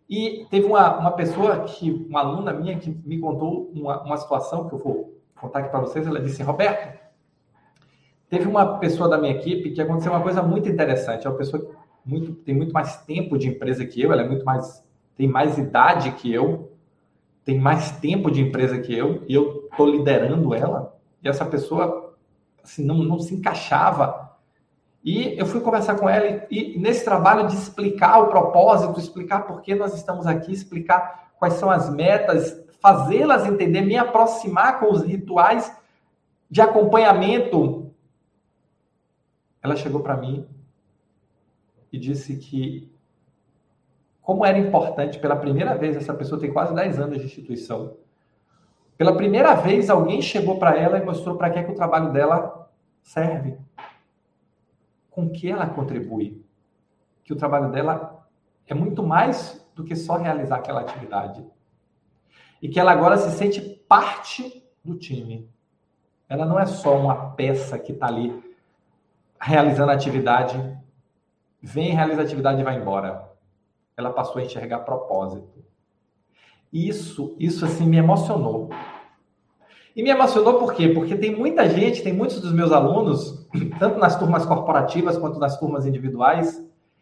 E teve uma pessoa, uma aluna minha, que me contou uma situação que eu vou contar aqui para vocês. Ela disse: Roberto, teve uma pessoa da minha equipe que aconteceu uma coisa muito interessante. É uma pessoa que tem muito mais tempo de empresa que eu, ela é tem mais idade que eu, tem mais tempo de empresa que eu, e eu estou liderando ela. E essa pessoa assim, não se encaixava. E eu fui conversar com ela e nesse trabalho de explicar o propósito, explicar por que nós estamos aqui, explicar quais são as metas, fazê-las entender, me aproximar com os rituais de acompanhamento. Ela chegou para mim e disse que como era importante, pela primeira vez, essa pessoa tem quase 10 anos de instituição, pela primeira vez alguém chegou para ela e mostrou para que o trabalho dela serve. Com que ela contribui, que o trabalho dela é muito mais do que só realizar aquela atividade. E que ela agora se sente parte do time. Ela não é só uma peça que está ali realizando a atividade, vem, realiza a atividade e vai embora. Ela passou a enxergar propósito. Isso assim me emocionou. E me emocionou por quê? Porque tem muita gente, tem muitos dos meus alunos, tanto nas turmas corporativas quanto nas turmas individuais,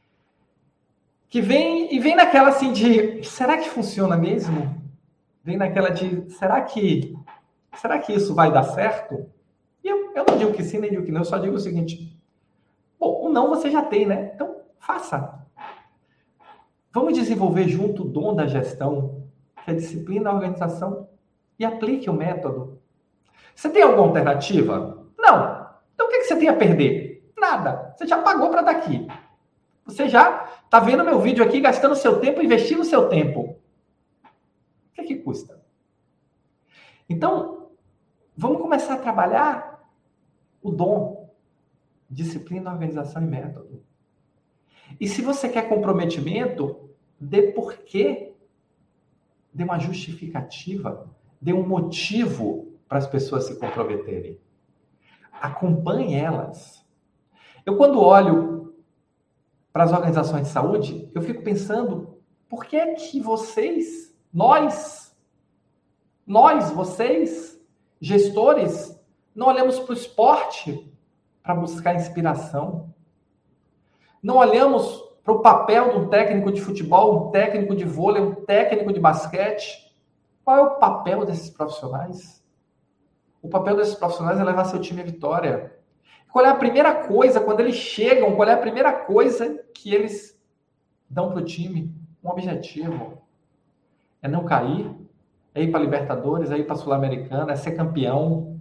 que vem naquela assim de, será que funciona mesmo? Vem naquela de, será que isso vai dar certo? E eu não digo que sim, nem digo que não, eu só digo o seguinte: bom, o não você já tem, né? Então, faça. Vamos desenvolver junto o dom da gestão, que é a disciplina, a organização, e aplique o método. Você tem alguma alternativa? Não. Então o que você tem a perder? Nada. Você já pagou para estar aqui. Você já está vendo meu vídeo aqui, gastando seu tempo, investindo o seu tempo. O que custa? Então, vamos começar a trabalhar o dom, disciplina, organização e método. E se você quer comprometimento, dê porquê, dê uma justificativa, dê um motivo para as pessoas se comprometerem. Acompanhe elas. Eu, quando olho para as organizações de saúde, eu fico pensando, por que é que vocês, vocês, gestores, não olhamos para o esporte para buscar inspiração? Não olhamos para o papel de um técnico de futebol, um técnico de vôlei, um técnico de basquete? Qual é o papel desses profissionais? O papel desses profissionais é levar seu time à vitória. Qual é a primeira coisa, quando eles chegam, qual é a primeira coisa que eles dão para o time? Um objetivo. É não cair, é ir para a Libertadores, é ir para a Sul-Americana, é ser campeão.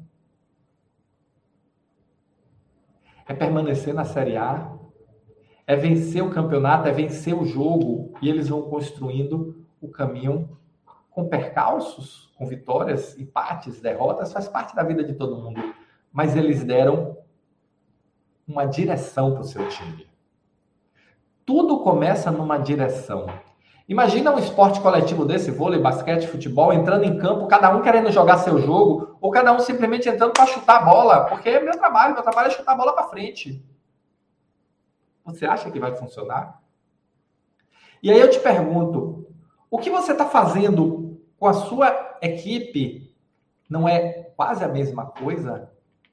É permanecer na Série A. É vencer o campeonato, é vencer o jogo. E eles vão construindo o caminho com percalços, com vitórias, empates, derrotas, faz parte da vida de todo mundo. Mas eles deram uma direção para o seu time. Tudo começa numa direção. Imagina um esporte coletivo desse, vôlei, basquete, futebol, entrando em campo, cada um querendo jogar seu jogo, ou cada um simplesmente entrando para chutar a bola, porque é meu trabalho é chutar a bola para frente. Você acha que vai funcionar? E aí eu te pergunto, o que você está fazendo com a sua equipe não é quase a mesma coisa?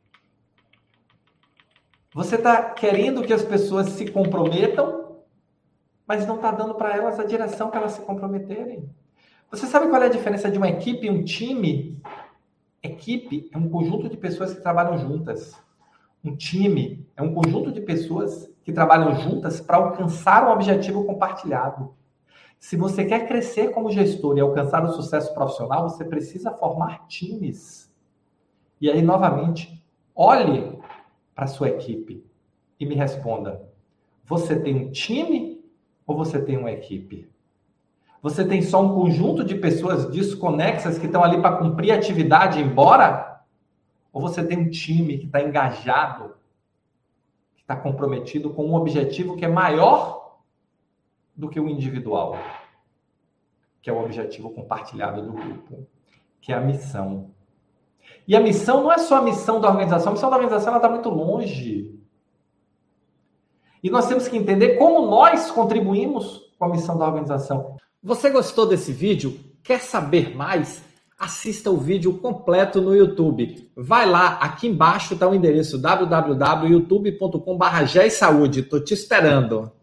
Você está querendo que as pessoas se comprometam, mas não está dando para elas a direção para elas se comprometerem. Você sabe qual é a diferença de uma equipe e um time? Equipe é um conjunto de pessoas que trabalham juntas. Um time é um conjunto de pessoas que trabalham juntas para alcançar um objetivo compartilhado. Se você quer crescer como gestor e alcançar o sucesso profissional, você precisa formar times. E aí, novamente, olhe para a sua equipe e me responda: você tem um time ou você tem uma equipe? Você tem só um conjunto de pessoas desconexas que estão ali para cumprir a atividade e ir embora? Ou você tem um time que está engajado, que está comprometido com um objetivo que é maior do que o individual, que é o objetivo compartilhado do grupo, que é a missão. E a missão não é só a missão da organização, a missão da organização está muito longe. E nós temos que entender como nós contribuímos com a missão da organização. Você gostou desse vídeo? Quer saber mais? Assista o vídeo completo no YouTube. Vai lá, aqui embaixo está o endereço www.youtube.com/gesaude. Estou te esperando.